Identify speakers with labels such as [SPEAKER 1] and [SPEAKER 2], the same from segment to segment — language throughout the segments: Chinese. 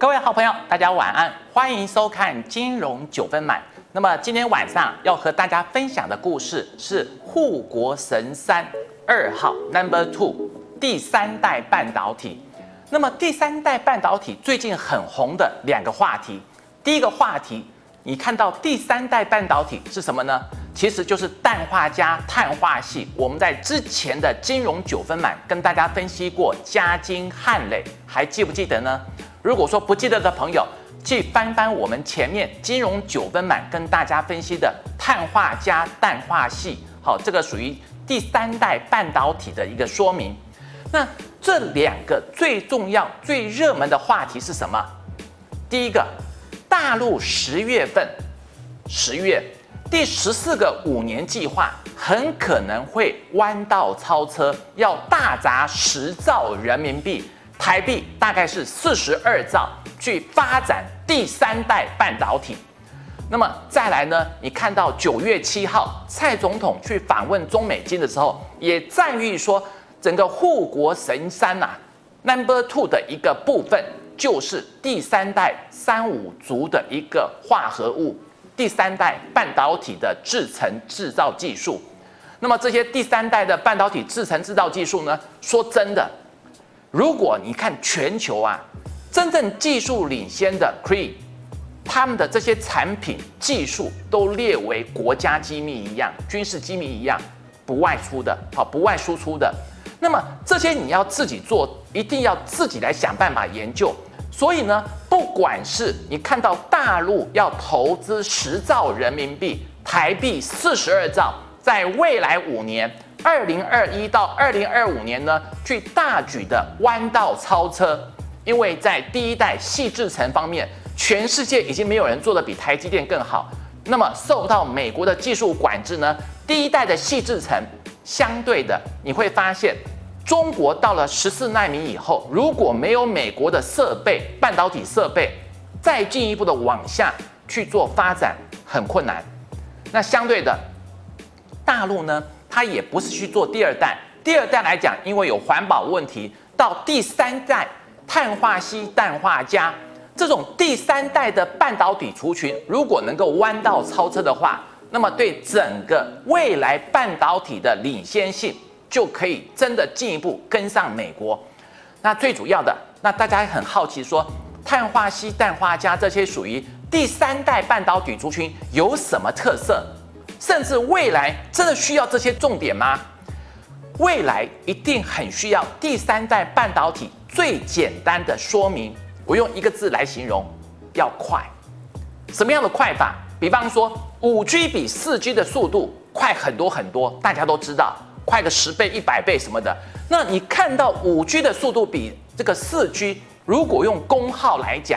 [SPEAKER 1] 各位好朋友，大家晚安，欢迎收看金融9分满。那么今天晚上要和大家分享的故事是护国神山2号 No.2 第三代半导体。那么第三代半导体最近很红的2个话题，第一个话题，你看到第三代半导体是什么呢？其实就是氮化镓碳化系。我们在之前的金融9分满跟大家分析过嘉金、汉磊，还记不记得呢？如果说不记得的朋友，去翻翻我们前面金融9分满跟大家分析的碳化镓氮化系，好，这个属于第三代半导体的一个说明。那这2个最重要、最热门的话题是什么？第一个，大陆10月份，10月第14个5年计划很可能会弯道超车，要大砸10兆人民币。台币大概是42兆，去发展第三代半导体。那么再来呢？你看到9月7号，蔡总统去访问中美金的时候，也赞誉说，整个护国神山No.2 的一个部分，就是第三代35族的一个化合物，第三代半导体的制程制造技术。那么这些第三代的半导体制程制造技术呢？说真的。如果你看全球真正技术领先的 Cree， 他们的这些产品技术都列为国家机密一样、军事机密一样，不外出的，不外输出的。那么这些你要自己做，一定要自己来想办法研究。所以呢，不管是你看到大陆要投资10兆人民币，台币42兆，在未来5年。2021到2025年呢，去大举的弯道超车，因为在第一代矽制程方面，全世界已经没有人做得比台积电更好。那么受到美国的技术管制呢，第一代的矽制程相对的，你会发现，中国到了14奈米以后，如果没有美国的设备、半导体设备，再进一步的往下去做发展，很困难。那相对的，大陆呢？它也不是去做第2代，第2代来讲，因为有环保问题，到第3代碳化硒、氮化镓这种第3代的半导体族群，如果能够弯道超车的话，那么对整个未来半导体的领先性就可以真的进一步跟上美国。那最主要的，那大家很好奇说，碳化硒、氮化镓这些属于第3代半导体族群有什么特色？甚至未来真的需要这些重点吗？未来一定很需要第3代半导体最简单的说明，我用1个字来形容，要快。什么样的快法？比方说5G 比4G 的速度快很多很多，大家都知道，快个10倍、100倍什么的。那你看到5G 的速度比这个4G，如果用功耗来讲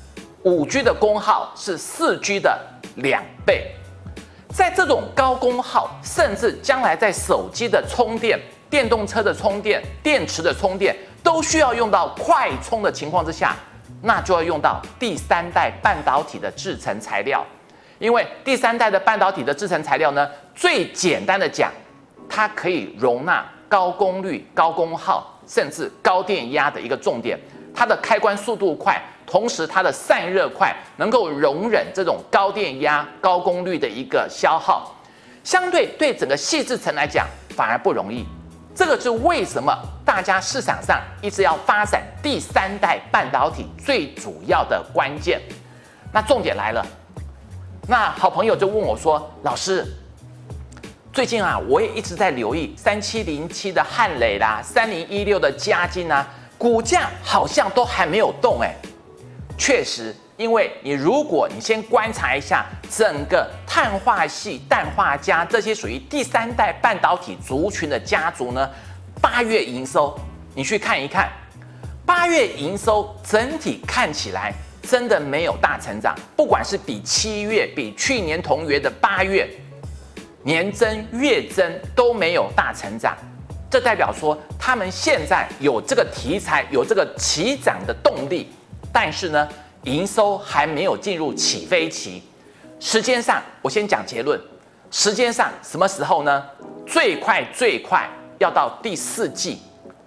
[SPEAKER 1] ，5G 的功耗是4G 的2倍。在这种高功耗，甚至将来在手机的充电、电动车的充电、电池的充电，都需要用到快充的情况之下，那就要用到第3代半导体的制程材料。因为第3代的半导体的制程材料呢，最简单的讲，它可以容纳高功率、高功耗，甚至高电压的一个重点。它的开关速度快，同时它的散热快，能够容忍这种高电压、高功率的一个消耗，相对整个矽制程来讲反而不容易。这个是为什么大家市场上一直要发展第3代半导体最主要的关键。那重点来了，那好朋友就问我说：“老师，最近我也一直在留意3707的汉磊啦，3016的嘉金股价好像都还没有动确实，因为如果你先观察一下整个碳化硒、氮化镓这些属于第3代半导体族群的家族呢，8月营收你去看一看，8月营收整体看起来真的没有大成长，不管是比7月、比去年同月的8月，年增、月增都没有大成长。这代表说，他们现在有这个题材，有这个起涨的动力，但是呢，营收还没有进入起飞期。时间上，我先讲结论。时间上什么时候呢？最快要到第4季，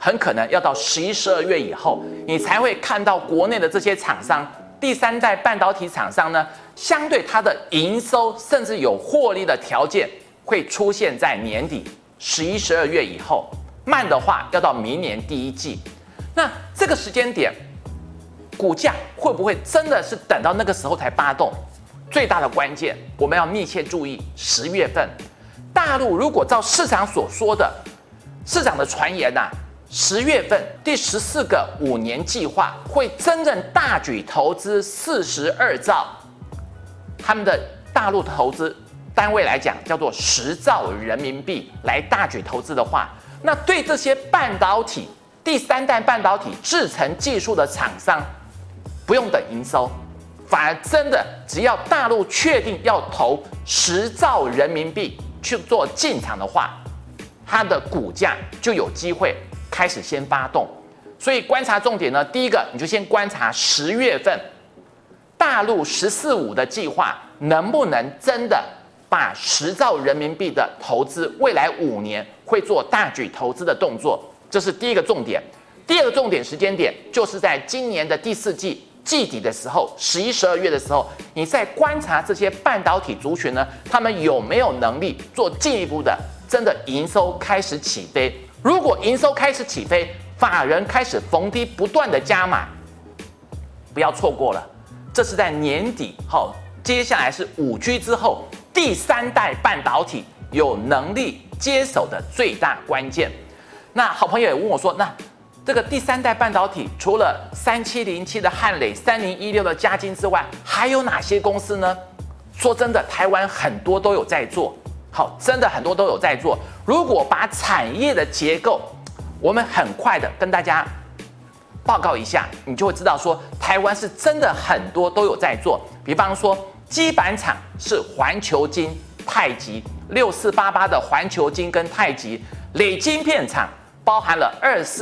[SPEAKER 1] 很可能要到11、12月以后，你才会看到国内的这些厂商，第三代半导体厂商呢，相对它的营收甚至有获利的条件会出现在年底11、12月以后，慢的话要到明年第一季。那这个时间点，股价会不会真的是等到那个时候才发动？最大的关键，我们要密切注意10月份，大陆如果照市场所说的，市场的传言10月份第14个5年计划会真正大举投资42兆，他们的大陆投资单位来讲叫做10兆人民币来大举投资的话，那对这些半导体第三代半导体制程技术的厂商，不用等营收，反而真的只要大陆确定要投10兆人民币去做进场的话，它的股价就有机会开始先发动。所以观察重点呢，第一个你就先观察10月份大陆14-5的计划能不能真的把10兆人民币的投资，未来5年会做大举投资的动作，这是第一个重点。第二个重点时间点就是在今年的第4季季底的时候，11、12月的时候，你在观察这些半导体族群呢，他们有没有能力做进一步的真的营收开始起飞？如果营收开始起飞，法人开始逢低不断的加码，不要错过了。这是在年底，接下来是5G 之后第三代半导体有能力接手的最大关键。那好朋友也问我说，那这个第三代半导体除了3707的汉磊、3016的嘉晶之外，还有哪些公司呢？说真的，台湾很多都有在做，真的很多都有在做。如果把产业的结构，我们很快的跟大家报告一下，你就会知道说，台湾是真的很多都有在做。比方说，基板厂是环球晶、太极，6488的环球晶跟太极，磊晶片厂包含了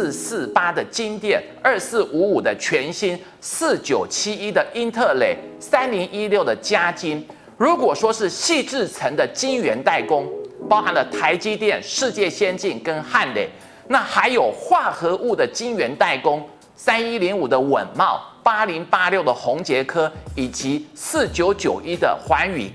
[SPEAKER 1] 2448的晶电、2455的全新、4971的英特磊、3016的嘉晶。如果说是细制程的晶圆代工，包含了台积电、世界先进跟汉磊，那还有化合物的晶圆代工，3105的稳懋、8086的宏捷科，以及4991的环宇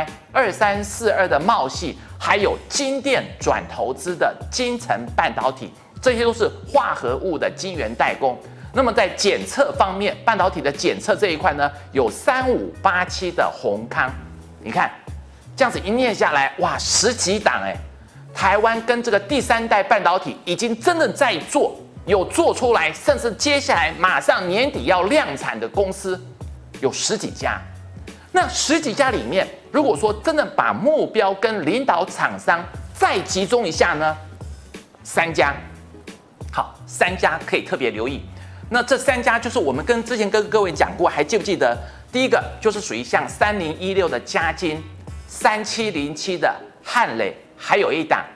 [SPEAKER 1] KY、2342的茂系，还有晶电转投资的晶城半导体，这些都是化合物的晶圆代工。那么在检测方面，半导体的检测这一块呢，有3587的宏康。你看这样子一念下来，哇，10几档台湾跟这个第三代半导体已经真的在做，有做出来，甚至接下来马上年底要量产的公司有10几家。那10几家里面，如果说真的把目标跟领导厂商再集中一下呢，3家。好，3家可以特别留意。那这3家就是我们之前跟各位讲过，还记不记得？第一个就是属于像3016的嘉晶、3707的汉磊，还有一档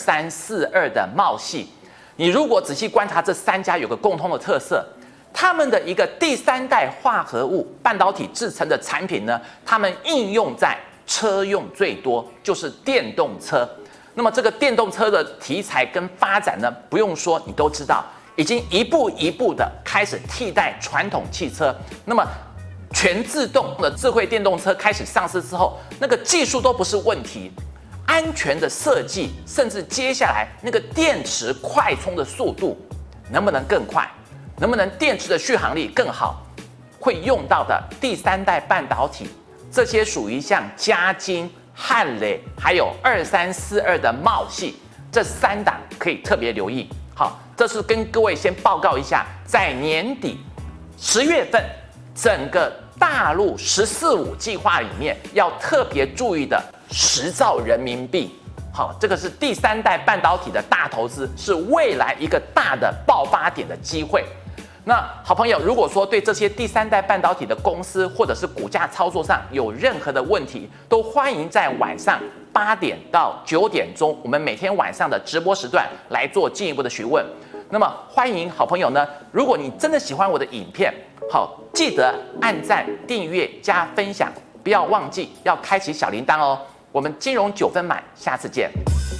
[SPEAKER 1] 2342的茂系。你如果仔细观察这3家，有个共通的特色，他们的一个第三代化合物半导体制成的产品呢，他们应用在车用最多，就是电动车。那么这个电动车的题材跟发展呢，不用说，你都知道，已经一步一步的开始替代传统汽车。那么全自动的智慧电动车开始上市之后，那个技术都不是问题，安全的设计，甚至接下来那个电池快充的速度能不能更快，能不能电池的续航力更好，会用到的第三代半导体，这些属于像嘉晶、汉磊，还有2342的茂系，这3档可以特别留意。好，这是跟各位先报告一下，在年底10月份。整个大陆14-5计划里面要特别注意的10兆人民币，好，这个是第三代半导体的大投资，是未来一个大的爆发点的机会。那好朋友，如果说对这些第三代半导体的公司或者是股价操作上有任何的问题，都欢迎在晚上8点到9点钟，我们每天晚上的直播时段来做进一步的询问。那么欢迎好朋友呢，如果你真的喜欢我的影片，好，记得按赞、订阅、加分享，不要忘记要开启小铃铛哦。我们金融9分满，下次见。